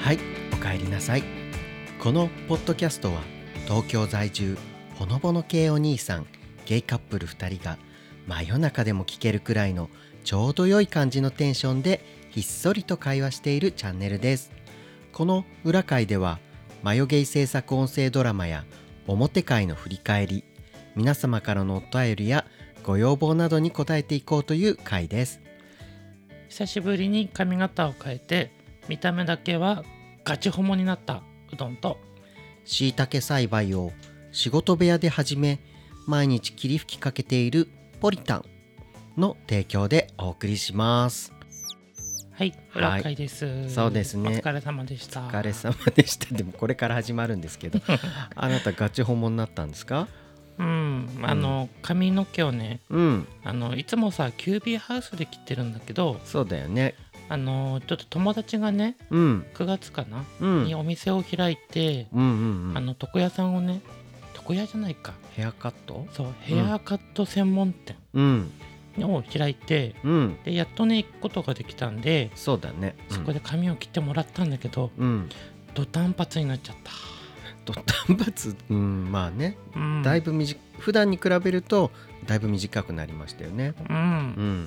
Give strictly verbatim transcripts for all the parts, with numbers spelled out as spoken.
はい、おかえりなさい。このポッドキャストは東京在住ほのぼの系お兄さんゲイカップルふたりが真夜中でも聞けるくらいのちょうど良い感じのテンションでひっそりと会話しているチャンネルです。この裏会ではマヨゲイ制作音声ドラマや表会の振り返り、皆様からのお便りやご要望などに答えていこうという回です。 久しぶりに髪型を変えて見た目だけはガチホモになったうどんと、 椎茸栽培を仕事部屋で始め毎日霧吹きかけているポリタンの提供でお送りします。 はい、裏会です、 はい、そうですね。 お疲れ様でした。 お疲れ様でした。でもこれから始まるんですけどあなたガチホモになったんですか？ うん、あの、うん、髪の毛をね、 うん、 あのいつもさキュービーハウスで切ってるんだけど、 そうだよね。 あのちょっと友達がね、 うん、 くがつかな、 うん、 にお店を開いて、 うんうんうん、 あの床屋さんをね、床屋じゃないか、 ヘアカット、 そうヘアカット専門店、うんを開いて、うん、でやっとね行くことができたんで、 そうだね、 うん、そこで髪を切ってもらったんだけど、うん、ド単発になっちゃった。 ド単発、うん、まあね、うん、だいぶ短普段に比べるとだいぶ短くなりましたよね。 うん、うん、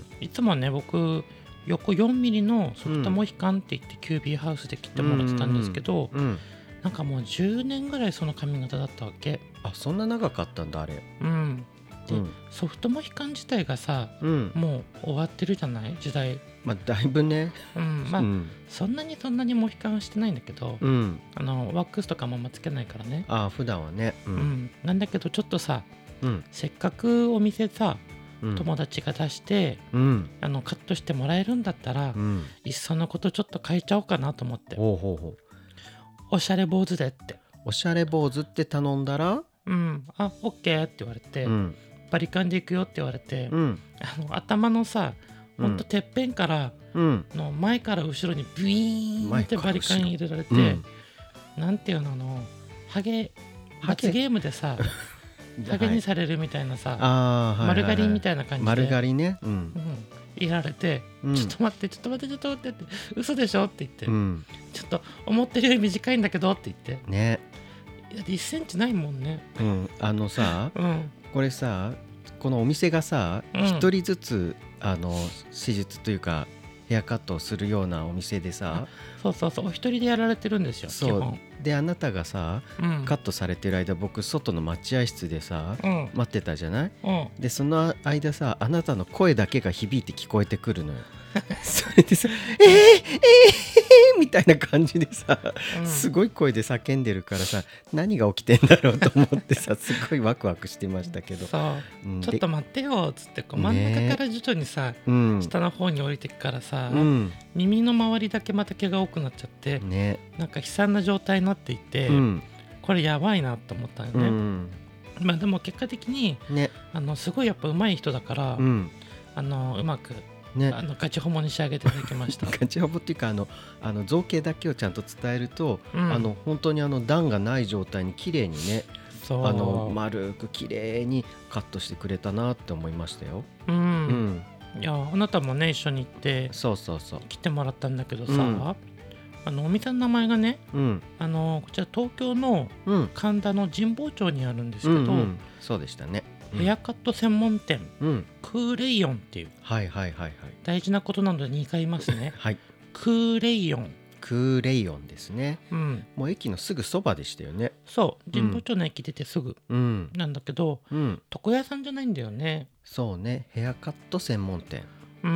いつもね僕横よんミリのソフトモヒカンって言ってキュービーハウスで切ってもらってたんですけど、うんうんうん、なんかもうじゅうねんぐらいその髪型だったわけ。 あ、そんな長かったんだあれ。 うんで、うん、ソフトモヒカン自体がさ、うん、もう終わってるじゃない時代。 まあだいぶね、 うんまあ、うん、そんなにそんなにモヒカンしてないんだけど、うん、あのワックスとかもあんまつけないからね。 ああ普段はね、 うんうん、なんだけどちょっとさ、うん、せっかくお店さ、うん、友達が出して、うん、あのカットしてもらえるんだったら、うん、いっそのことちょっと変えちゃおうかなと思って。 ほうほうほう。 おしゃれ坊主でって。 おしゃれ坊主って頼んだら、 うん、あ、オッケーって言われて、うん、バリカンで行くよって言われて、うん、あの頭のさ、ほんとてっぺんから、うん、の前から後ろにビーンってバリカン入れられて、うん、なんていうの、あのハゲ罰ゲームでさハゲにされるみたいなさ、はい、丸刈りみたいな感じで丸刈りね、うんうん、 いられて、うん、ちょっと待ってちょっと待ってちょっと待ってって嘘でしょって言って、うん、ちょっと思ってるより短いんだけどって言ってね、 いやいっセンチないもんね、 うん、あのさ、うん、これさこのお店がさ一、うん、人ずつあの施術というかヘアカットをするようなお店でさ、 そうそうそうお一人でやられてるんですよ。 そうであなたがさ、うん、カットされてる間僕外の待合室でさ、うん、待ってたじゃない、うん、でその間さあなたの声だけが響いて聞こえてくるのよそれでさえー、えー、えー、みたいな感じでさ、うん、すごい声で叫んでるからさ何が起きてんだろうと思ってさすごいワクワクしてましたけど、 そう、うん、ちょっと待ってよっつってこう真ん中から徐々にさ、ね、下の方に降りてくからさ、うん、耳の周りだけまた毛が多くなっちゃって、ね、なんか悲惨な状態になっていて、うん、これやばいなと思ったよね、うん、まあでも結果的に、ね、あのすごいやっぱ上手い人だから、うん、あのうまくね、あのガチホモに仕上げていただきましたガチホモっていうかあのあの造形だけをちゃんと伝えると、うん、あの本当にあの段がない状態に綺麗にね、そうあの丸く綺麗にカットしてくれたなって思いましたよ。 うん、うん、いやあなたもね一緒に行ってそうそうそう来てもらったんだけどさ、うん、あのお店の名前がね、うん、あのこちら東京の神田の神保町にあるんですけど、うんうん、 そうでしたね。 ヘアカット専門店、うん、クーレイオンっていう、 はいはいはいはい、 大事なことなのでにかい言いますね、はい、クーレイオンクーレイオンですね、うん、もう駅のすぐそばでしたよね。 そう神保町の駅出てすぐ、うん、なんだけど、うん、床屋さんじゃないんだよね。 そうねヘアカット専門店、 うん、うん、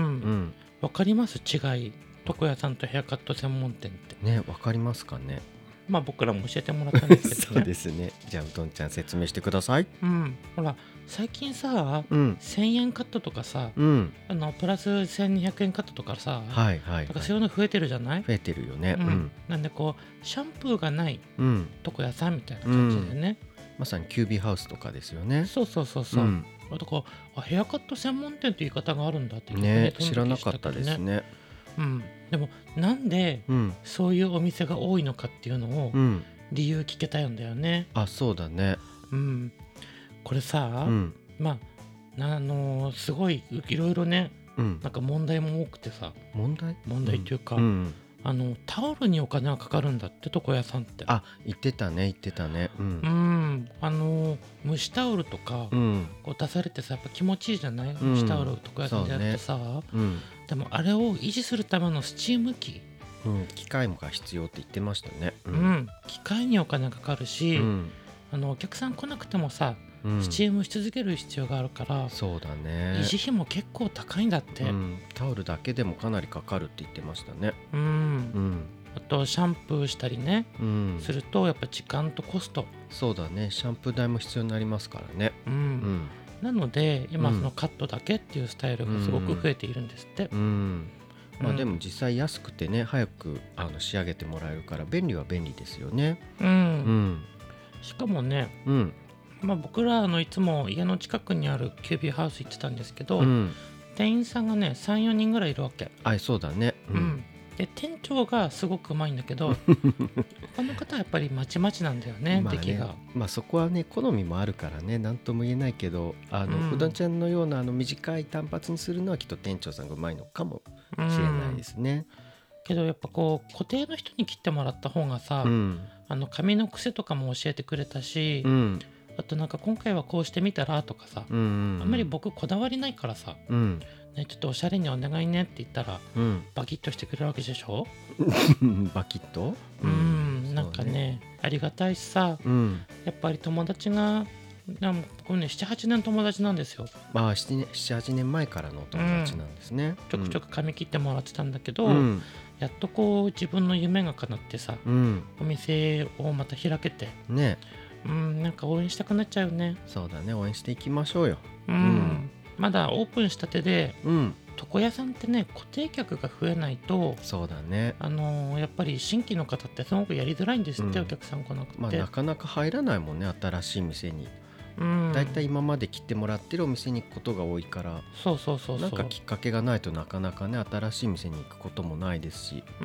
わかります違い床屋さんとヘアカット専門店ってねわかりますかね。 まあ僕らも教えてもらったんですけどねそうですね。じゃあうどんちゃん説明してください。 うん、ほら最近さ、うん、せんえんカットとかさ、うん、あのプラスせんにひゃくえんカットとかさ、はいはいはい、なんかそういうの増えてるじゃない。 増えてるよね、うんうん、なんでこうシャンプーがない床屋さんみたいな感じでね、 うん、まさにキュービーハウスとかですよね。 そうそうそうそう、うん、あとこうあヘアカット専門店っていう言い方があるんだってね、ね知らなかったですね。 うん、でもなんで、うん、そういうお店が多いのかっていうのを、うん、理由聞けたんだよね。 あそうだね、 うん、これさ、うん、まああのー、すごいいろいろね、うん、なんか問題も多くてさ問題問題っていうか、うん、 あのタオルにお金がかかるんだって床屋さんって。 あ、言ってたね言ってたね。うん、 うん、あの蒸しタオルとか、うん、こう出されてさ、やっぱ気持ちいいじゃない、うん、蒸しタオル床屋さんでやってさ、ね、うん、でもあれを維持するためのスチーム機、 うん、機械が必要って言ってましたね。 うん、うん、機械にお金かかるし、うん、あのお客さん来なくてもさ、うん、スチームし続ける必要があるから、 そうだね、 維持費も結構高いんだって、うん、 タオルだけでもかなりかかるって言ってましたね。 うん、うん、あとシャンプーしたりね、うん、するとやっぱ時間とコスト、 そうだね、シャンプー代も必要になりますからね。うん、うん、 なので今そのカットだけっていうスタイルがすごく増えているんですって、うん、 まあ、でも実際安くてね、早くあの仕上げてもらえるから便利は便利ですよね。 うん、うん、しかもね、うん、まあ、僕らのいつも家の近くにあるキュービーハウス行ってたんですけど、うん、店員さんがね さん,よ 人ぐらいいるわけ。 あ、そうだね、 うん、うん、で店長がすごくうまいんだけど他の方はやっぱりまちまちなんだよね、 まあね、 出来が。 まあそこはね好みもあるからね、何とも言えないけど、あの、うん、うどんちゃんのようなあの短い単発にするのはきっと店長さんがうまいのかもしれないですね、うん、 けどやっぱこう固定の人に切ってもらった方がさ、うん、あの髪の癖とかも教えてくれたし、うん、あとなんか今回はこうしてみたらとかさ、うんうんうん、あんまり僕こだわりないからさ、うんね、ちょっとおしゃれにお願いねって言ったら、うん、バキッとしてくれるわけでしょバキッと、 うん、うん、なんか ね, ねありがたいしさ、うん、やっぱり友達が僕ね ななはち 年友達なんですよ。 まあななはちねんまえからの友達なんですね、 うん、ちょくちょく髪切ってもらってたんだけど、うん、やっとこう自分の夢が叶ってさ、うん、お店をまた開けてね、うん、なんか応援したくなっちゃうね。 そうだね、応援していきましょうよ。 うん、うん、まだオープンしたてで、うん、床屋さんってね固定客が増えないと、 そうだね、 あのー、やっぱり新規の方ってすごくやりづらいんですって、うん、お客さん来なくて、 まあ、なかなか入らないもんね、新しい店に。うん、だいたい今まで切ってもらってるお店に行くことが多いから、 そうそうそうそう、 なんかきっかけがないとなかなかね新しい店に行くこともないですし、 うん、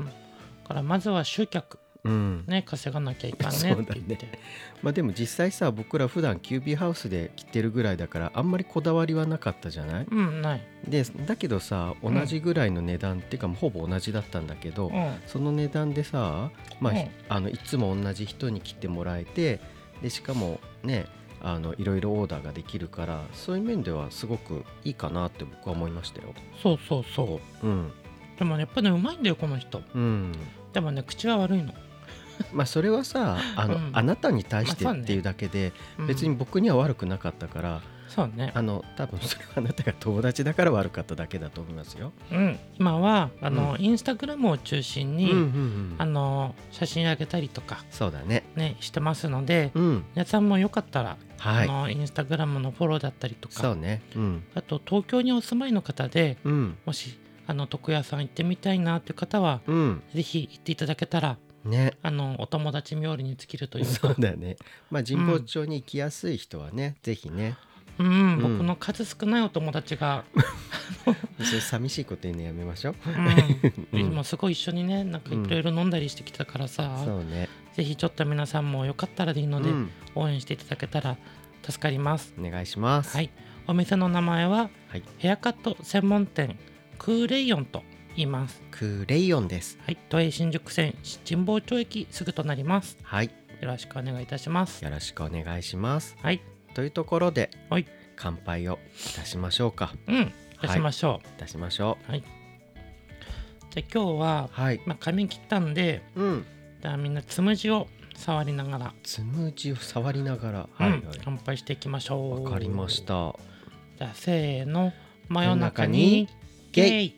だからまずは集客、うん、ね、稼がなきゃいかんねって言って、ね、 まあでも実際さ、僕ら普段キュービーハウスで切ってるぐらいだからあんまりこだわりはなかったじゃない、 うん、ないでだけどさ、同じぐらいの値段、うん、っていうかほぼ同じだったんだけど、うん、その値段でさ、まあ、うん、あのいつも同じ人に切ってもらえて、でしかもねあのいろいろオーダーができるから、そういう面ではすごくいいかなって僕は思いましたよ。 そうそうそう、うん、でもねやっぱねうまいんだよこの人、うん、でもね口は悪いのまあそれはさ あの、うん、あなたに対してっていうだけで、まあね、別に僕には悪くなかったから、 そうね、 あの多分それはあなたが友達だから悪かっただけだと思いますよ。 うん、今はあの、うん、インスタグラムを中心に、うんうんうん、あの写真あげたりとか、 そうだね、 ねしてますので、うん、皆さんもよかったら、はい、あのインスタグラムのフォローだったりとか、 そうね、うん、 あと東京にお住まいの方で、うん、もしあの床屋さん行ってみたいなという方は、うん、ぜひ行っていただけたら、ね、あのお友達冥利に尽きるというか、 そうだね、まあ、神保町に行きやすい人はね、うん、ぜひね、 うんうん、僕の数少ないお友達がそれ寂しいこと言うのやめましょう、 うん、今すごい一緒にねなんかいろいろ飲んだりしてきたからさ、うん、そうね、ぜひちょっと皆さんもよかったらでいいので、うん、応援していただけたら助かります。 お願いします、 はい、お店の名前は、はい、ヘアカット専門店クーレイオンと言います。 クーレイオンです。 はい、都営新宿線神保町駅すぐとなります。 はい、 よろしくお願いいたします。 よろしくお願いします。 はい、 というところで、 はい、 乾杯をいたしましょうか。 うん、いたしましょう、 はい、いたしましょう。はい、じゃあ今日は、はい、まあ、髪切ったんで、うん、じゃあみんなつむじを触りながら、 つむじを触りながら、 はいはい、乾杯していきましょう。 わかりました。 じゃあせーの、真夜中にゲイ。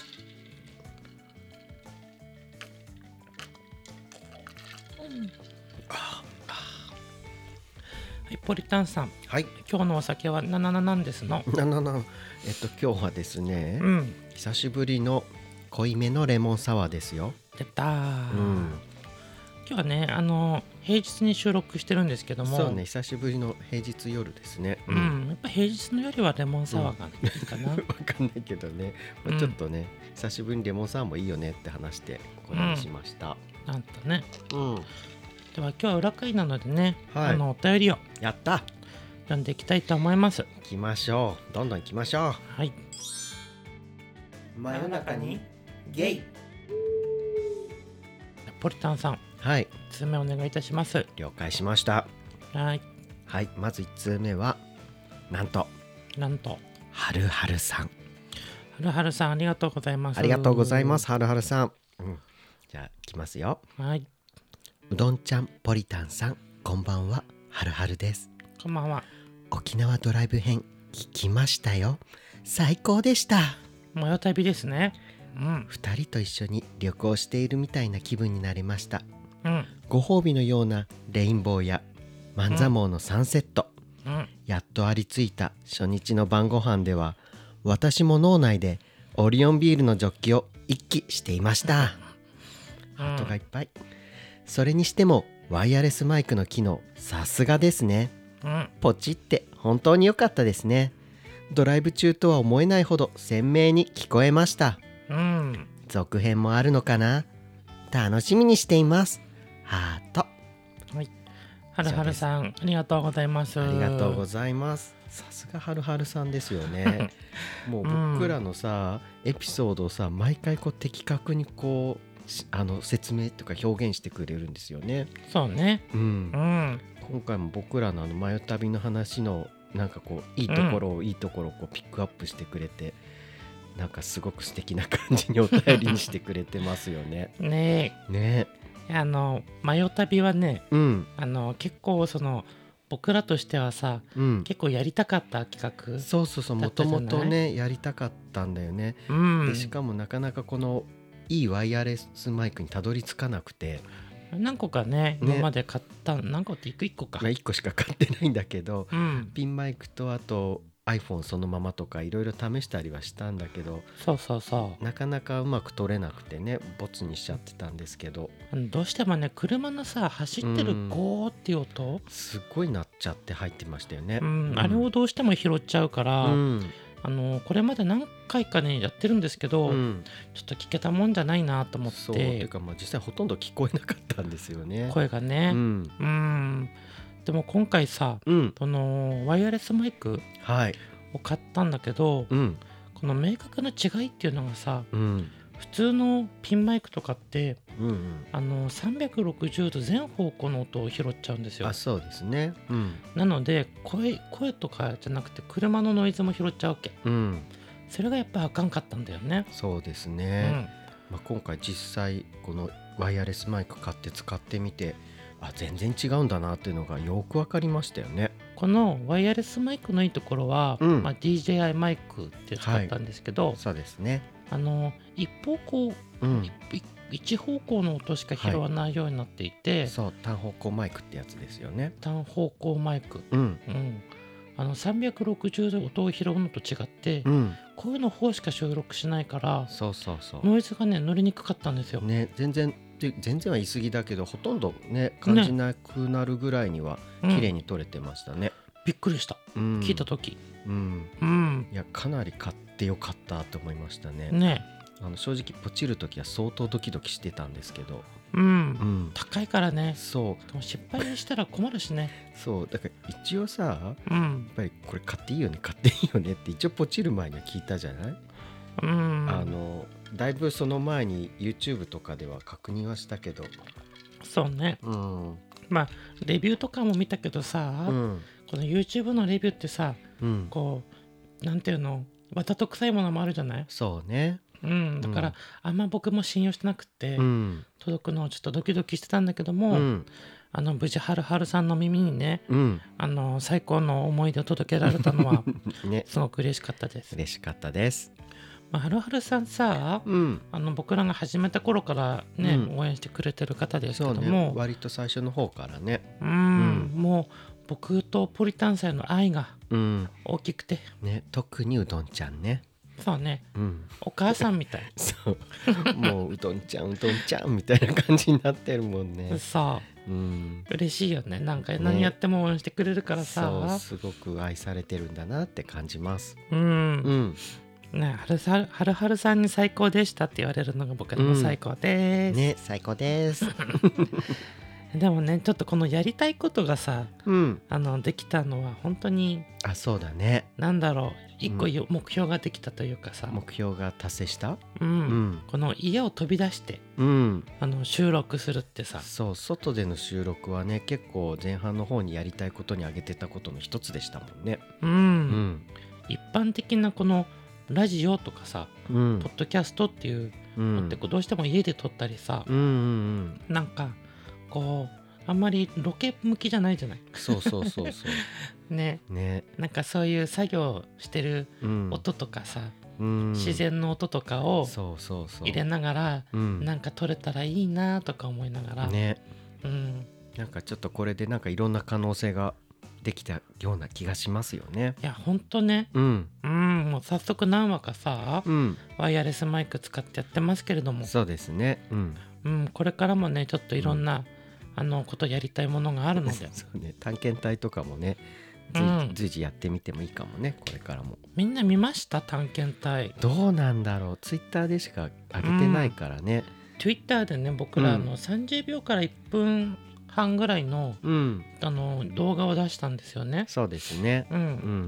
ポリタンさん、はい、今日のお酒はななななんですの。 ななな、えっと今日はですね、うん、久しぶりの濃いめのレモンサワーですよ。 出た、うん、今日はねあの平日に収録してるんですけども、 そうね、久しぶりの平日夜ですね。 うん、うん、やっぱ平日の夜はレモンサワーがいいかな。わ、うん、 かんないけどね、まあ、ちょっとね、うん、久しぶりにレモンサワーもいいよねって話してこれにしました。 うん、なんとね。うん。では今日は裏会なのでね、はい、あのお便りをやった読んでいきたいと思います。行きましょう、どんどん行きましょう。 はい。 真夜中にゲイ。 ポリタンさん、 はい、いつつめお願いいたします。 了解しました。 はいはい、まずいちつうめはなんとなんとはるはるさん。 はるはるさん、ありがとうございます。 ありがとうございます、はるはるさん、うん、じゃあいきますよ。 はい、 うどんちゃんポリタンさん、こんばんは、はるはるです。 こんばんは。 沖縄ドライブ編聞きましたよ。最高でした。 マヨ旅ですね。うん、 ふたりと一緒に旅行しているみたいな気分になりました。 うん、 ご褒美のようなレインボーや万座毛のサンセット、 うん、 やっとありついた初日の晩ご飯では、私も脳内でオリオンビールのジョッキを一気していました。ハートがいっぱい。それにしてもワイヤレスマイクの機能、さすがですね。 うん、 ポチって本当に良かったですね。ドライブ中とは思えないほど鮮明に聞こえました。 うん、 続編もあるのかな。楽しみにしています。ハート。 はい、はるはるさん、ありがとうございます。 ありがとうございます。さすがはるはるさんですよね。もう僕らのさ、うん、エピソードをさ、毎回こう的確にこうあの説明とか表現してくれるんですよね。 そうね、 うん、うん、今回も僕らのあのマヨ旅の話のなんかこういいところを、うん、いいところをこうピックアップしてくれて、なんかすごく素敵な感じにお便りにしてくれてますよね。 ねえねえ、あのマヨ旅はね、 うん、 あの結構その僕らとしてはさ、うん、結構やりたかった企画。 そうそうそう、もともとねやりたかったんだよね。うん、でしかもなかなかこのいいワイヤレスマイクにたどり着かなくて、 何個か ね, ね今まで買った何個っていっこいっこか、 まあ、いっこしか買ってないんだけど、うん、ピンマイクとあと iPhone そのままとかいろいろ試したりはしたんだけど、 そうそうそう、 なかなかうまく撮れなくてね、ボツにしちゃってたんですけど、 どうしてもね車のさ走ってるゴーっていう音、うん、 すごい鳴っちゃって入ってましたよね、 うんうん、あれをどうしても拾っちゃうから、うん、あのこれまで何回かねやってるんですけど、うん、ちょっと聞けたもんじゃないなと思って。 そうというか、まあ実際ほとんど聞こえなかったんですよね、 声がね、うん、うん、でも今回さ、うん、そのワイヤレスマイクを買ったんだけど、うん、この明確な違いっていうのがさ、うん、普通のピンマイクとかって、うんうん、あのさんびゃくろくじゅうど全方向の音を拾っちゃうんですよ。 あ、そうですね、うん、 なので 声, 声とかじゃなくて車のノイズも拾っちゃうわけ、うん、それがやっぱあかんかったんだよね。 そうですね、うん、まあ、今回実際このワイヤレスマイク買って使ってみて、あ、全然違うんだなっていうのがよく分かりましたよね。 このワイヤレスマイクのいいところは、うん、まあ、ディージェーアイ マイクって使ったんですけど、 はい、そうですね、あの一方向、うん、一方向の音しか拾わないようになっていて、はい、 そう、単方向マイクってやつですよね。 単方向マイク、うんうん、あのさんびゃくろくじゅうど音を拾うのと違って、うん、声の方しか収録しないから、 そうそうそう、 ノイズがね乗りにくかったんですよ、 ね、全然全然は言い過ぎだけど、ほとんどね感じなくなるぐらいには綺麗に撮れてましたね、 うん、びっくりした、うん、聞いた時、 うんうん、いやかなり買ってよかったと思いましたね。ね、あの正直ポチる時は相当ドキドキしてたんですけど、 うんうん、高いからね。 そうでも失敗したら困るしね。 そうだから一応さ、うん、やっぱりこれ買っていいよね買っていいよねって一応ポチる前には聞いたじゃない、うん、あのだいぶその前に YouTube とかでは確認はしたけど、 そうね、うん、まあレビューとかも見たけどさ、うん、この YouTube のレビューってさ、うん、こうなんていうの、わたと臭いものもあるじゃない。 そうね、 うん、だから、うん、あんま僕も信用してなくて、うん、届くのをちょっとドキドキしてたんだけども、うん、あの無事はるはるさんの耳にね、うん、あの最高の思い出を届けられたのは、ね、すごく嬉しかったです。 嬉しかったです。 まあ、はるはるさんさ、うん、あの僕らが始めた頃からね、うん、応援してくれてる方ですけども、そうね、 割と最初の方からね、 うん、うん、もう僕とポリタンさんへの愛が大きくて、 うんね、特にうどんちゃんね、 そうね、うん、お母さんみたいそうもううどんちゃんうどんちゃんみたいな感じになってるもんね。 そう、うん、嬉しいよね。なんか何やっても応援してくれるからさ、 ね、そう、すごく愛されてるんだなって感じます。 うん、うんね、はるはるはるはるさんに最高でしたって言われるのが僕でも最高です、 うん、ね、最高ですでもね、ちょっとこのやりたいことがさ、うん、あのできたのは本当に、 あ、そうだね、 なんだろ一個目標ができたというかさ、 目標が達成した、 うんうん、この家を飛び出して、うん、あの収録するってさ、 そう外での収録はね結構前半の方にやりたいことに挙げてたことの一つでしたもんね、 うんうん、一般的なこのラジオとかさ、うん、ポッドキャストっていうのってどうしても家で撮ったりさ、うんうんうん、なんかこうあんまりロケ向きじゃないじゃない。 そうそうそうそうねね、なんかそういう作業してる音とかさ、うん、自然の音とかを入れながら、うん、なんか撮れたらいいなとか思いながらね、 うん、なんかちょっとこれでなんかいろんな可能性ができたような気がしますよね。 いやほんとね、うん、うん、もう早速何話かさ、うん、ワイヤレスマイク使ってやってますけれども、 そうですね、うんうん、これからもねちょっといろんな、うんあのことやりたいものがあるのでそうね、探検隊とかもね随時、うん、随時やってみてもいいかもね。これからもみんな見ました？探検隊どうなんだろう。ツイッターでしか上げてないからね、 うん、ツイッターでね僕らのさんじゅうびょうからいっぷんはんぐらいの、うん、あの動画を出したんですよね。 そうですね、うん、うん、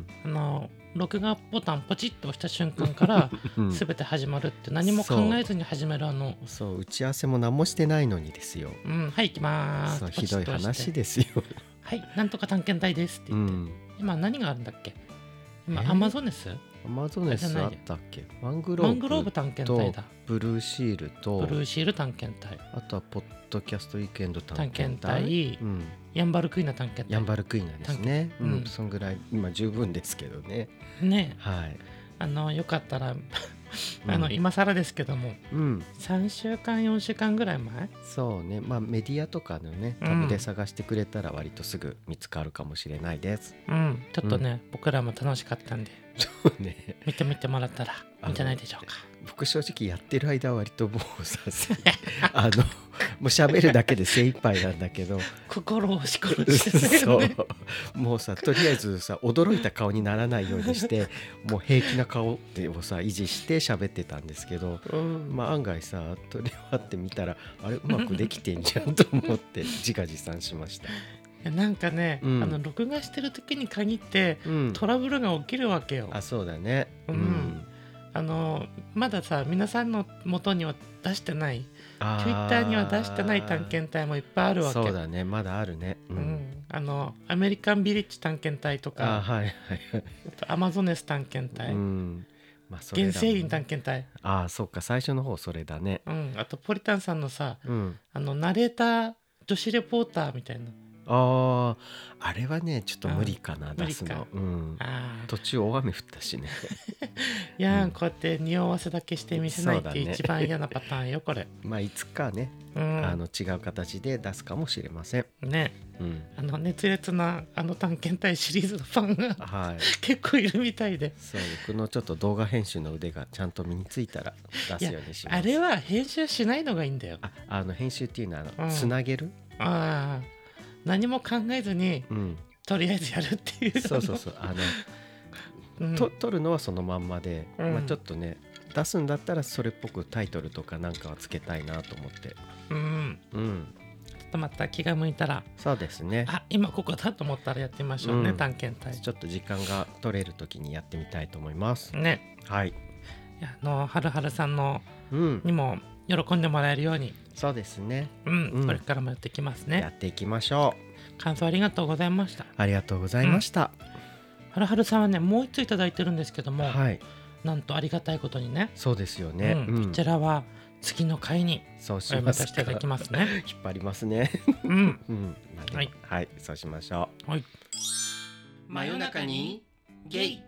あの録画ボタンポチッと押した瞬間から全て始まるって何も考えずに始めるあのそう打ち合わせも何もしてないのにですよ、 うん、はい行きまーす。 そうひどい話ですよはいなんとか探検隊ですって言って、うん、今何があるんだっけ今アマゾネスアマゾネスあったっけ。マングローブ探検隊だ。 ブルーシールとブルーシール探検隊、 あとはポッドキャストウィークエンド探検隊、 うん、ヤンバルクイナ探検隊、 ヤンバルクイナですね、うん、うん、そんぐらい今十分ですけどね。 ね、 はい、 あのよかったらあの、うん、今更ですけども、うん、さんしゅうかんよんしゅうかんぐらい前、 そうね、まあメディアとかのねタブで探してくれたら割とすぐ見つかるかもしれないです。 うん、ちょっとね、うん、僕らも楽しかったんでそうね見てみてもらったらいいんじゃないでしょうか。 僕正直やってる間は割ともうさあのもう喋るだけで精一杯なんだけど心を押し殺してる、ね、 そうもうさとりあえずさ驚いた顔にならないようにしてもう平気な顔をさ維持して喋ってたんですけど、うん、まあ案外さ撮り終わってみたらあれうまくできてんじゃんと思って自画自賛しました。 なんかね、うん、あの録画してる時に限って、うん、トラブルが起きるわけよ。 あ、そうだね、 うん、うん、あのまださ皆さんの元には出してない Twitter には出してない探検隊もいっぱいあるわけ。 そうだね、まだあるね、 うんうん、あのアメリカンビレッジ探検隊とか、 あ、はいはい、 アマゾネス探検隊、うん、まあそれだ、原生林探検隊、 ああそうか最初の方それだね、 うん、あとポリタンさんのさ、うん、あのナレーター女子レポーターみたいな、 ああ、あれはねちょっと無理かな、出すの、うん、あ途中大雨降ったしねいや、うん、こうやって匂わせだけして見せないって一番嫌なパターンよこれまあいつかね、うん、あの違う形で出すかもしれませんね、うん、あの熱烈なあの探検隊シリーズのファンが、はい、結構いるみたいで、 そう僕のちょっと動画編集の腕がちゃんと身についたら出すようにします。 あれは編集しないのがいいんだよ。 あ、あの編集っていうのはあの、うん、つなげる、 ああ何も考えずに、うん、とりあえずやるっていう、 そうそうそう、あの、うん、と撮るのはそのまんまで、うん、まあ、ちょっとね出すんだったらそれっぽくタイトルとかなんかはつけたいなと思って、うんうん、 ちょっとまた気が向いたら、 そうですね、 あ今ここだと思ったらやってみましょうね、うん、探検隊ちょっと時間が取れる時にやってみたいと思いますね。 はい、 いやあのはるはるさんの、うん、にも喜んでもらえるように、 そうですね、 うん、うん、これからもやっていきますね。 やっていきましょう。感想ありがとうございました。 ありがとうございました、 うん、はるはるさんはねもう一ついただいてるんですけども、はい、なんとありがたいことにね、 そうですよね、 うんうん、こちらは次の回にお読みさせていただきますね。 引っ張りますねうん、うんはい、はい、そうしましょう。はい、 真夜中にゲイ。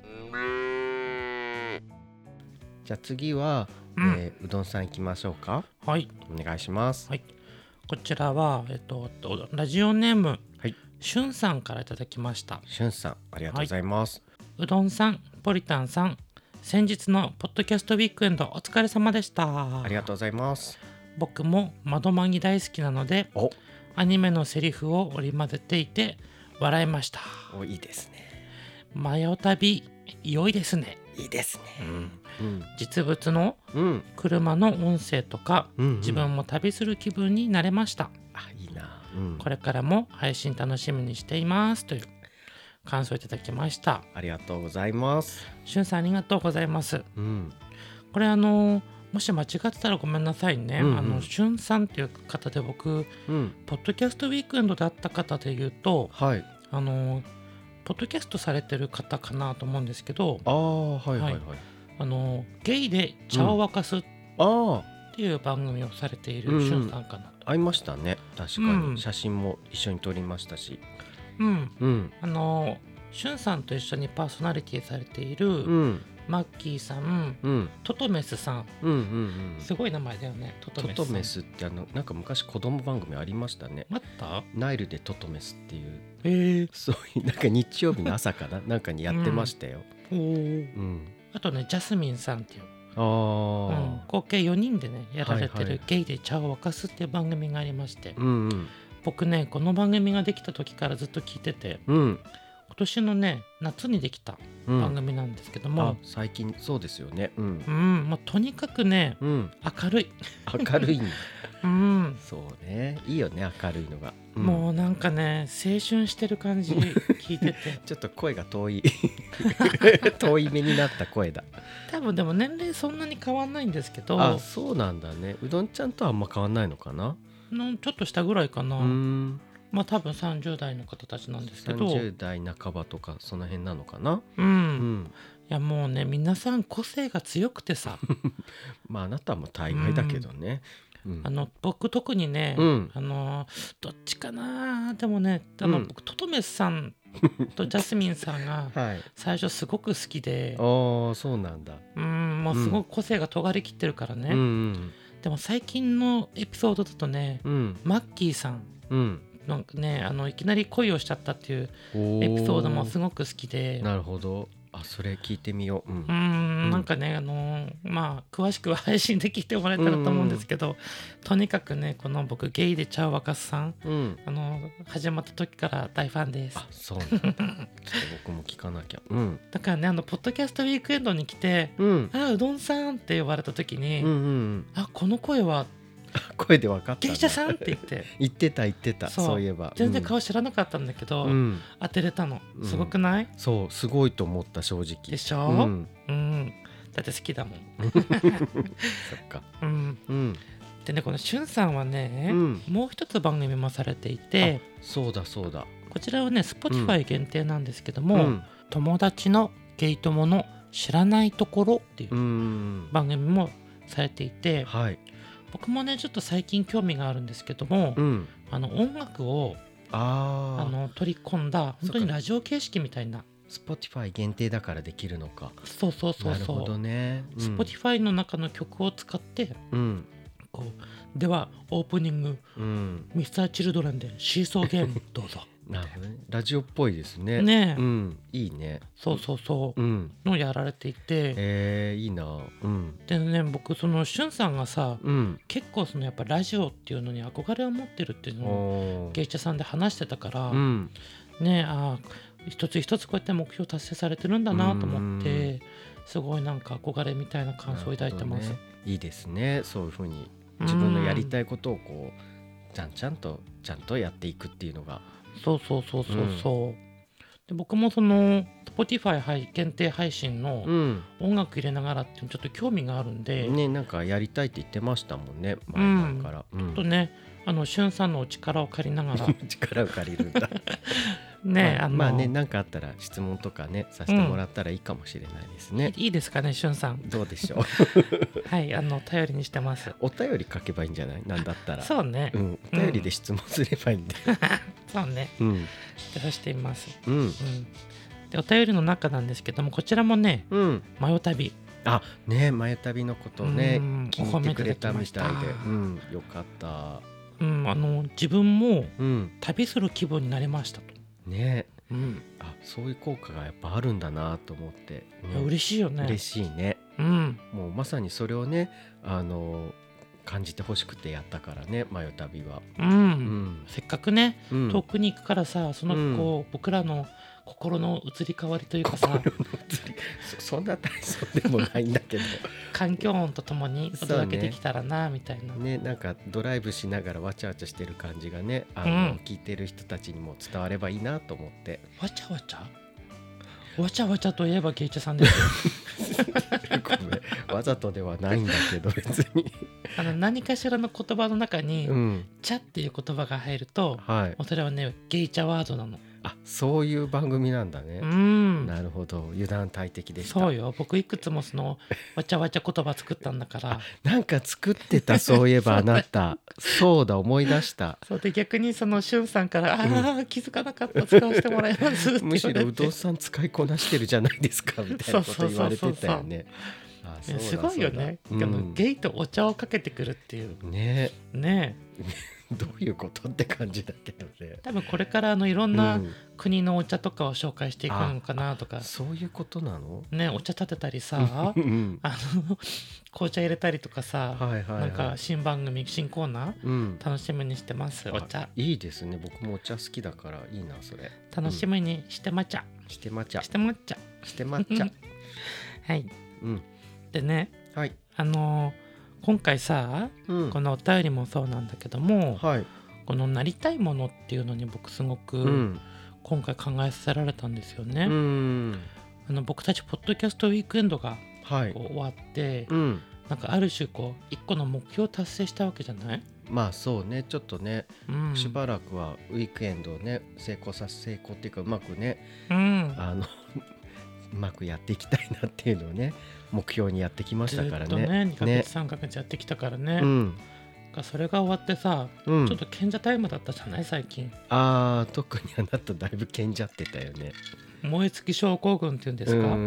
じゃあ次は、うんえー、うどんさん行きましょうか。 はい、 お願いします。 はい、こちらは、えっと、ラジオネーム、はい、しゅんさんからいただきました。 しゅんさんありがとうございます、 はい、うどんさん、ポリタンさん、先日のポッドキャストウィークエンドお疲れ様でした。 ありがとうございます。 僕も窓マギ大好きなのでアニメのセリフを織り交ぜていて笑いました。 お、いいですね。 マヨ旅良いですね。 いいですね、 うんうん、実物の車の音声とか、うんうん、自分も旅する気分になれました。 あ、いいな、 うん、これからも配信楽しみにしていますという感想いただきました。 ありがとうございます。 しゅんさんありがとうございます。 うん、 これあのもし間違ってたらごめんなさいね。うんうん、あのしゅんさんっていう方で僕、うん、ポッドキャストウィークエンドで会った方で言うと、はい、あのポッドキャストされてる方かなと思うんですけど、 ああはいはいはい、はい、 あのゲイで茶を沸かすっていう番組をされているしゅんさんかなと、 うんうん、会いましたね。確かに、うん、写真も一緒に撮りましたし、 うんうん、あのしゅんさんと一緒にパーソナリティされている、うん、マッキーさん、うん、トトメスさん、うんうんうん、すごい名前だよね。トトメストトメスってあのなんか昔子供番組ありましたね。 あった？ ナイルでトトメスっていう、 えー、 そういうなんか日曜日の朝かななんかにやってましたよ、うん、 うん、あとねジャスミンさんっていう、 あ、うん、 合計よにんでねやられてる、はいはい、ゲイで茶を沸かすっていう番組がありまして、うんうん、僕ねこの番組ができた時からずっと聞いてて、うん、今年のね夏にできた番組なんですけども、うん、 あ最近そうですよね、うんうんまあ、とにかくね、うん、明るい明るいんだうん、 そうねいいよね明るいのが、 うん、もうなんかね青春してる感じ聞いててちょっと声が遠い遠い目になった声だ。 多分でも年齢そんなに変わんないんですけど。 あそうなんだね。うどんちゃんとはあんま変わんないのかな。 のちょっと下ぐらいかな。うーんまあ多分さんじゅう代の方たちなんですけど、 さんじゅう代半ばとかその辺なのかな。 うん、うん、いやもうね皆さん個性が強くてさまああなたも大概だけどね、 うん、あの僕特にね、うん、あのどっちかなでもねあの、うん、僕トトメスさんとジャスミンさんが最初すごく好きで、 はい、ああそうなんだ。 うんもうすごく個性が尖りきってるからね、うんうん、でも最近のエピソードだとね、うん、マッキーさん、うんなんかね、あのいきなり恋をしちゃったっていうエピソードもすごく好きで。 なるほど。あそれ聞いてみよう。うん、 うんなんかねあのー、まあ詳しくは配信で聞いてもらえたらと思うんですけど、うんうん、とにかくねこの僕ゲイで茶を沸かすさん、うん、あのー、始まった時から大ファンです。 あそうなんだちょっと僕も聞かなきゃ、うん、 だからねあのポッドキャストウィークエンドに来て、うん、あうどんさんって呼ばれた時に、うんうんうん、あこの声は声で分かった芸者さんって言って言ってた言ってた。そう、そういえば全然顔知らなかったんだけど、うん、当てれたのすごくない、うん、 そうすごいと思った正直でしょ、うんうん、だって好きだもんそっか、 うんうん、でねこのしゅんさんはね、うん、もう一つ番組もされていて、 そうだそうだこちらはね Spotify 限定なんですけども、うん、友達のゲイ友の知らないところっていう番組もされていて、はい僕もねちょっと最近興味があるんですけども、うん、あの音楽をああの取り込んだ本当にラジオ形式みたいな Spotify 限定だからできるのか。 そうそうそうそうなるほどね、 うん、Spotify の中の曲を使って、うん、こうではオープニング、うん、ミスター Children でシーソーゲームどうぞなるほどね、ラジオっぽいですね。 ねえ、 うん、いいね。 そうそうそう、うん、のやられていて、 えー、いいな。うん、 でね僕そのしゅんさんがさ、うん、結構そのやっぱラジオっていうのに憧れを持ってるっていうのを芸者さんで話してたから、うん、ねあ一つ一つこうやって目標達成されてるんだなと思って、すごいなんか憧れみたいな感想を抱いてます、ね、 いいですね。そういうふうに自分のやりたいことをこうちゃんちゃんとちゃんとやっていくっていうのがそうそうそうそうそう、うん、で僕もその Spotify 限定配信の音楽入れながらっていうのちょっと興味があるんで、 うん、ねなんかやりたいって言ってましたもんね前々から、 うん、ちょっとねあのしゅんさんのお力を借りながら力を借りるんだね、 まあ、あのまあね何かあったら質問とかねさせてもらったらいいかもしれないですね、 うん、いいですかねしゅんさんどうでしょうはいあの頼りにしてます。 お便り書けばいいんじゃないなんだったらそうね、 うん、お便りで質問すればいいんで、うん、 そうね、うん、そうしています、うんうん、でお便りの中なんですけどもこちらもね、うん、マヨ旅あねマヨ旅のことをね聞いてくれたみたいで、うん、よかった、 うん、あの自分も旅する気分になれましたとね、うん、あそういう効果がやっぱあるんだなと思って、 ね、嬉しいよね。 嬉しいね、うん、もうまさにそれをねあの感じてほしくてやったからねマヨ旅は、 うんうん、せっかくね、うん、遠くに行くからさそのこう、うん、僕らの心の移り変わりというかさそ, そんな大層でもないんだけど環境音とともにお届けできたらなみたいなね, ねなんかドライブしながらわちゃわちゃしてる感じがねあの、うん、聞いてる人たちにも伝わればいいなと思って。 わちゃわちゃわちゃわちゃといえばゲイチャさんですよごめんわざとではないんだけど別にあの何かしらの言葉の中に、うん、チャっていう言葉が入ると、はい、それはねゲイチャワードなの。 あ、そういう番組なんだね。うん、なるほど、油断大敵でした。 そうよ、僕いくつもそのわちゃわちゃ言葉作ったんだからなんか作ってた、そういえばあなたそうだ、思い出した。 そうで、逆にそのしゅんさんから「ああ、うん、気づかなかった、使わせてもらいます」ってむしろうどんさん使いこなしてるじゃないですかみたいなこと言われてたよね。 あ、そうだすごいよね、うん、あのゲイとお茶をかけてくるっていうねねどういうことって感じだけどね。 多分これからあのいろんな国のお茶とかを紹介していくのかなとか、 うん、そういうことなのね。お茶立てたりさ、うん、あの紅茶入れたりとかさ、はいはいはい、なんか新番組新コーナー、うん、楽しみにしてます。お茶いいですね。僕もお茶好きだからいいなそれ。 楽しみにしてま茶、 うん、してま茶してま茶してま茶はい、うん、でね、 はい、 あのー今回さ、うん、このお便りもそうなんだけども、はい、このなりたいものっていうのに僕すごく今回考えさせられたんですよね。うん、あの僕たちポッドキャストウィークエンドがこう終わって、はい、うん、なんかある種こう一個の目標を達成したわけじゃない？ まあそうね、ちょっとね、うん、しばらくはウィークエンドをね成功させ成功っていうかうまくね、うん、あのうまくやっていきたいなっていうのをね目標にやってきましたからね。ずっとねにかげつさんかげつやってきたからね、うん、それが終わってさ、うん、ちょっと賢者タイムだったじゃない最近。 あー、特にあなただいぶ賢者ってたよね。 燃え尽き症候群っていうんですか。うん、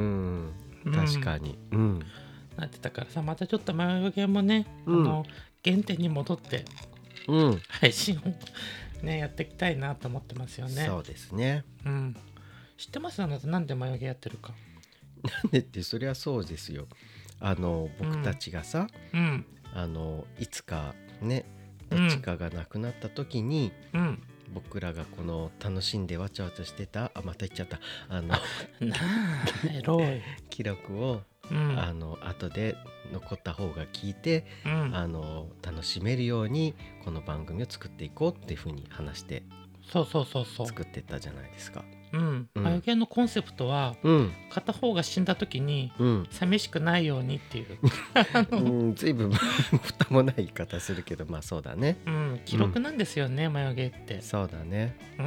確かに、うん、 なってたからさ、またちょっと眉毛もね、うん、あの原点に戻って、うん、配信をねやっていきたいなと思ってますよね。 そうですね、 うん、知ってます？あなたなんで眉毛やってるか。 なんでって、そりゃそうですよ。あの僕たちがさ、うん、あのいつかねどっちかが亡くなった時に、うん、僕らがこの楽しんでわちゃわちゃしてた、あまた言っちゃったあのなあエロい記録を、うん、あの後で残った方が聞いて、うん、あの楽しめるようにこの番組を作っていこうっていう風に話してそうそうそうそう作ってたじゃないですか。 うん、眉毛のコンセプトは、うん、片方が死んだ時に、うん、寂しくないようにっていううん、随分蓋もない言い方するけど、まあそうだね、 うん、記録なんですよね、うん、眉毛って。 そうだね、うんうん、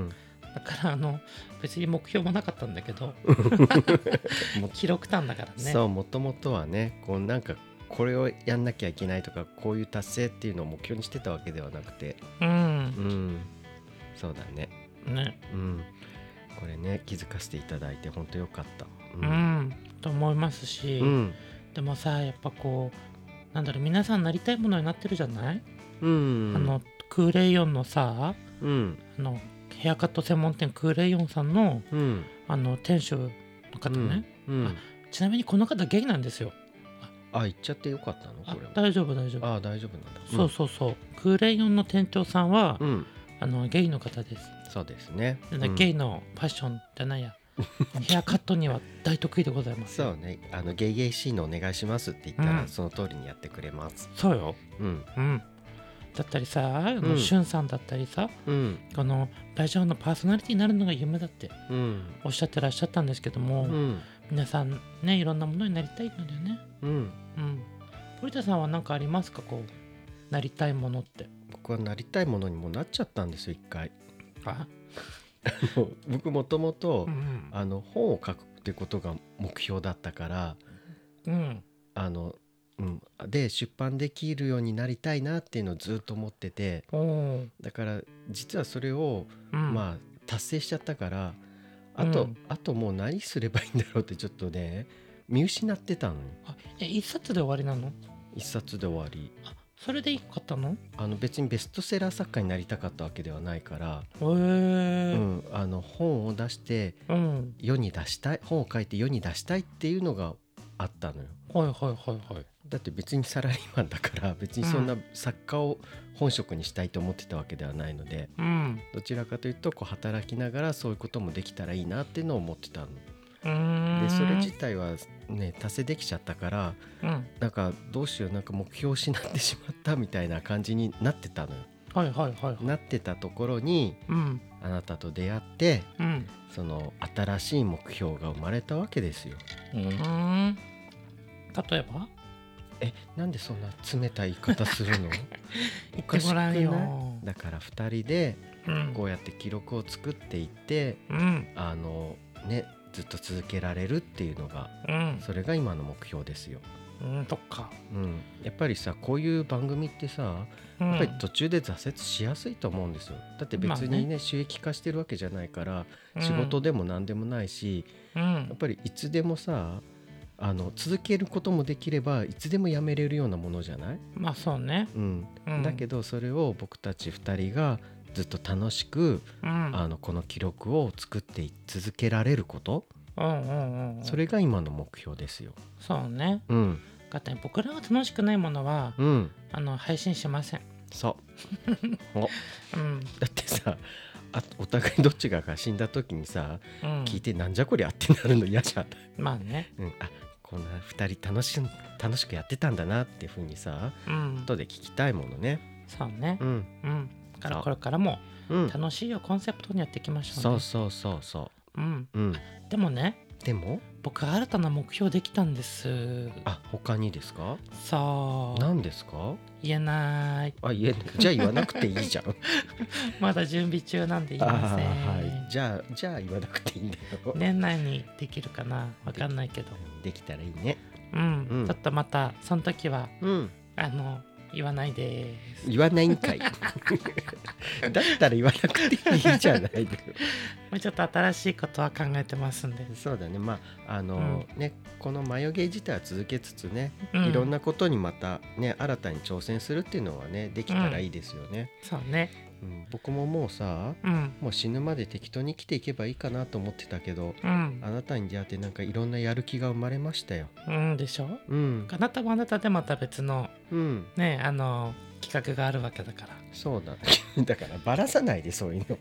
だからあの別に目標もなかったんだけど記録たんだからね。 そう、もともとはねこうなんかこれをやんなきゃいけないとかこういう達成っていうのを目標にしてたわけではなくて、うん、うん、そうだねね、 うん、これね気づかせていただいて本当よかった、 うん、うん、と思いますし、うん、でもさやっぱこうなんだろう、皆さんなりたいものになってるじゃない、うん、あのクーレイヨンのさ、うん、あのヘアカット専門店クーレイヨンさんの、うん、あの店主の方ね、うんうん、あちなみにこの方ゲイなんですよ。 あ、言っちゃってよかったの？これあ大丈夫大丈夫。 あ大丈夫なんだ、 うん、そうそうそう、クーレイヨンの店長さんは、うん、あのゲイの方です。 そうですね、 うん、ゲイのファッションじゃないやヘアカットには大得意でございます。 そうね、あのゲイゲイシーのお願いしますって言ったら、うん、その通りにやってくれます。 そうよ、うんうん、だったりさ、あの、うん、しゅんさんだったりさ、うん、このラジオのパーソナリティになるのが夢だっておっしゃってらっしゃったんですけども、うん、皆さんねいろんなものになりたいのだよね。うんうん、堀田さんは何かありますか？こうなりたいものって。 僕はなりたいものにもなっちゃったんですよ一回。あ僕もともと本を書くってことが目標だったから、うん、あのうん、で出版できるようになりたいなっていうのをずっと思ってて、だから実はそれを、うん、まあ達成しちゃったから、あと、うん、あともう何すればいいんだろうってちょっとね見失ってたのよ。 あ、え一冊で終わりなの？ 一冊で終わり。 あ、それでいいかったの？ あの別にベストセラー作家になりたかったわけではないから、へー、うん、あの本を出して世に出したい、本を書いて世に出したいっていうのがあったのよ。 はいはいはいはい。 だって別にサラリーマンだから別にそんな作家を本職にしたいと思ってたわけではないので、 うん、 どちらかというとこう働きながらそういうこともできたらいいなっていうのを思ってたの。 うーんでそれ自体はね達成できちゃったから、 うん、 なんかどうしようなんか目標を失ってしまったみたいな感じになってたのよ。 はいはいはいはい、 なってたところに、 うん、 あなたと出会って、 うん、 その新しい目標が生まれたわけですよ。 うーん、例えばえ、なんでそんな冷たい言い方するの言ってごらんよ。 だからふたりでうんこうやって記録を作っていって、 うん、 あのねずっと続けられるっていうのが、 うん、 それが今の目標ですよ。 うん、そっか、 うん、やっぱりさこういう番組ってさやっぱり途中で挫折しやすいと思うんですよ。だって別に ね,、まあ、ね収益化してるわけじゃないから、うん、仕事でも何でもないし、うん、やっぱりいつでもさあの続けることもできればいつでもやめれるようなものじゃない？ まあそうね、 うんうん、だけどそれを僕たちふたりがずっと楽しく、うん、あのこの記録を作って続けられること、うんうんうんうん、それが今の目標ですよ。 そうね、うん、だって僕らが楽しくないものは、うん、あの配信しません。 そうお、うん、だってさあお互いどっちがが死んだ時にさ、うん、聞いてなんじゃこりゃってなるの嫌じゃん。 まあね、 うん、あこんなふたり楽し楽しくやってたんだなっていう風にさ、うん、後で聞きたいものね。 そうね、うんうん、だからこれからも楽しいをコンセプトにやっていきましょうね。 そうそうそうそう、うんうん、でもねでも僕新たな目標できたんです。 あ、他にですか？ そう何ですか？ 言えない。 あ、言えない。じゃあ言わなくていいじゃんまだ準備中なんで言いません。 はい、じゃあじゃあ言わなくていいんだよ。 年内にできるかなわかんないけどで, できたらいいね。 うん、うん、ちょっとまたその時は、うん、あの言わないです。 言わないんかいだったら言わなくていいじゃないのもうちょっと新しいことは考えてますんで。 そうだね、まああの、うん、ねこのマヨゲー自体は続けつつね、うん、いろんなことにまたね新たに挑戦するっていうのはねできたらいいですよね。 うん、そうね、 うん、僕ももうさ、うん、もう死ぬまで適当に生きていけばいいかなと思ってたけど、うん、あなたに出会ってなんかいろんなやる気が生まれましたよ。 うんでしょ、うん、あなたもあなたでまた別の、うん、ねあの企画があるわけだから。 そうだだからバラさないでそういうの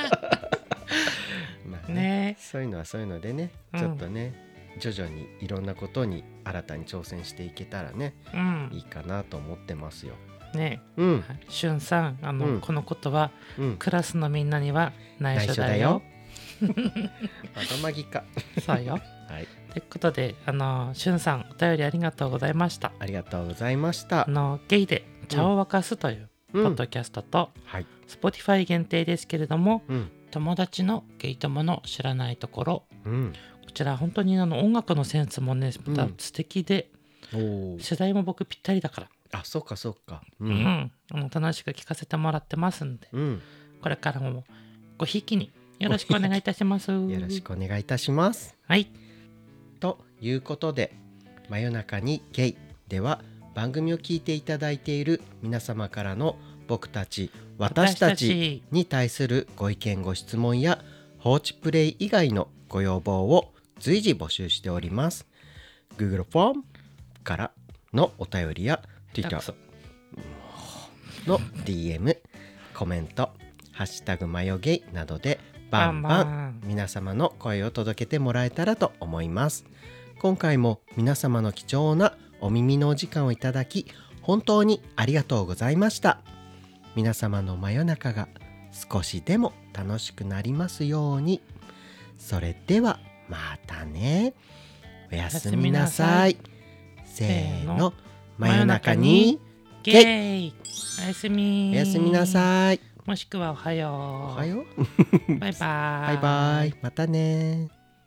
まあね、ねそういうのはそういうのでね、ちょっとね、うん、徐々にいろんなことに新たに挑戦していけたらね、うん、いいかなと思ってますよ。 ねえ、うん、しゅんさんあの、うん、このことは、うん、クラスのみんなには内緒だよ。 まとまぎかそうよ、はい、ということであのしゅんさんお便りありがとうございました。 ありがとうございました。 あのゲイで茶を沸かすという、うん、ポッドキャストと、うんはい、Spotify 限定ですけれども、うん、友達のゲイ友の知らないところ、うん、こちら本当にあの音楽のセンスもねまた素敵で、うん、世代も僕ぴったりだからあ、そうかそうか、 うんうん、楽しく聞かせてもらってますんで、うん、これからもごひいきによろしくお願いいたしますよろしくお願いいたします。 はいということで真夜中にゲイでは番組を聞いていただいている皆様からの僕たち私たちに対するご意見ご質問や放置プレイ以外のご要望を随時募集しております。 Google フォームからのお便りや Twitter の ディーエム コメントハッシュタグマヨゲイなどでバンバン皆様の声を届けてもらえたらと思います。今回も皆様の貴重なお耳のお時間をいただき本当にありがとうございました。皆様の真夜中が少しでも楽しくなりますように。それではまたね。おやすみなさい。せーの、真夜中にゲイ。 おやすみ。 おやすみなさい。 もしくはおはよう。 おはよう。バイバイ。 バイバイ。またね。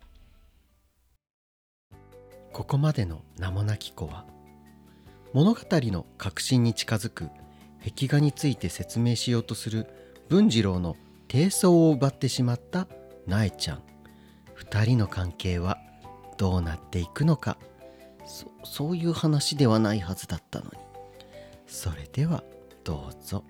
ここまでの名もなき子は物語の核心に近づく壁画について説明しようとする文次郎の低層を奪ってしまったなえちゃん。二人の関係はどうなっていくのか、そ、そういう話ではないはずだったのに。それではどうぞ。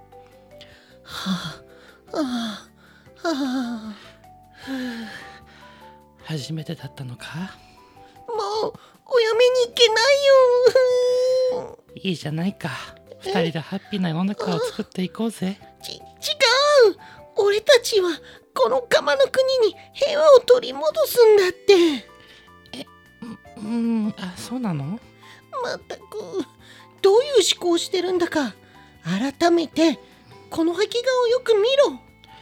はあ、はあ、はあ、 初めてだったのか。 もうお嫁に行けないよ。 いいじゃないか、二人でハッピーな世の中を作っていこうぜ。 ち、違う。俺たちはこの鎌の国に平和を取り戻すんだって。 え、う、うん、あ、そうなの？ まったく、どういう思考をしてるんだか。改めてこの壁画をよく見ろ。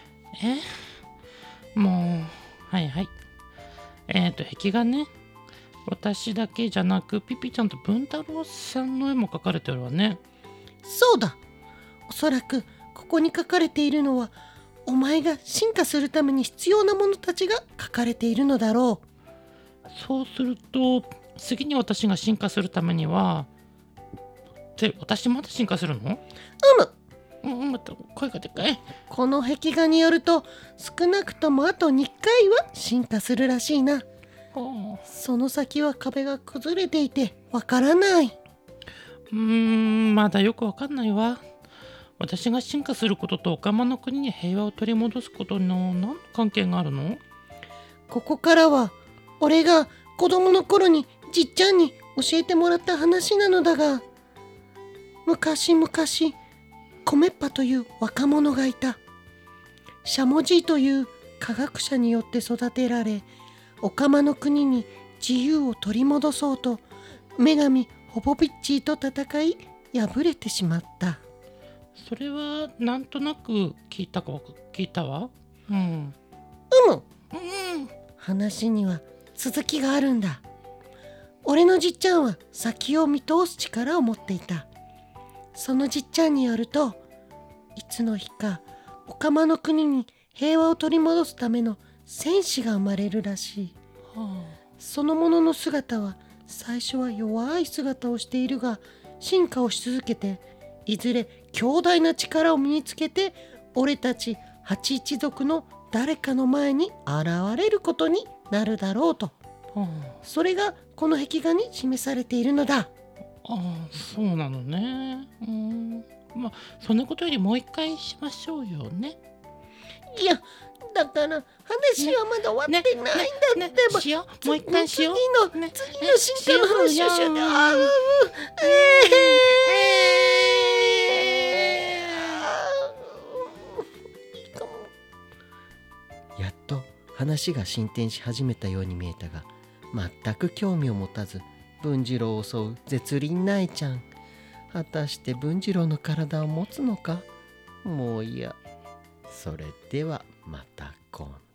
え、もう、はいはい。えっと壁画ね、私だけじゃなくピピちゃんと文太郎さんの絵も描かれてるわね。 そうだ。おそらくここに書かれているのはお前が進化するために必要なものたちが書かれているのだろう。そうすると次に私が進化するためにはって私まだ進化するの？ うむ。 うん、また声がでかい。 この壁画によると少なくともあとにかいは進化するらしいな。その先は壁が崩れていてわからない。 うーん、まだよくわかんないわ。私が進化することとオカマの国に平和を取り戻すことの何の関係があるの？ ここからは俺が子供の頃にじっちゃんに教えてもらった話なのだが、昔々コメッパという若者がいた。シャモジーという科学者によって育てられ、オカマの国に自由を取り戻そうと女神ホポピッチーと戦い敗れてしまった。 それはなんとなく聞いたか聞いたわ。うん。 うむ。 うん。 話には続きがあるんだ。俺のじっちゃんは先を見通す力を持っていた。そのじっちゃんによると、いつの日かオカマの国に平和を取り戻すための戦士が生まれるらしい。はあ、そのものの姿は最初は弱い姿をしているが、進化をし続けていずれ強大な力を身につけて俺たち八一族の誰かの前に現れることになるだろうと。はあ、それがこの壁画に示されているのだ。 ああ、そうなのね。うん、まあそんなことよりもう一回しましょうよね。 いや、だから話はまだ終わってないんだって。 ねねね、しよう、もう一回しよう。 次の、ね、次の進化の話をしよう。あうえーやっと話が進展し始めたように見えたが、全く興味を持たず文次郎を襲う絶倫ないちゃん。果たして文次郎の体を持つのか。もういや。それではまた今度。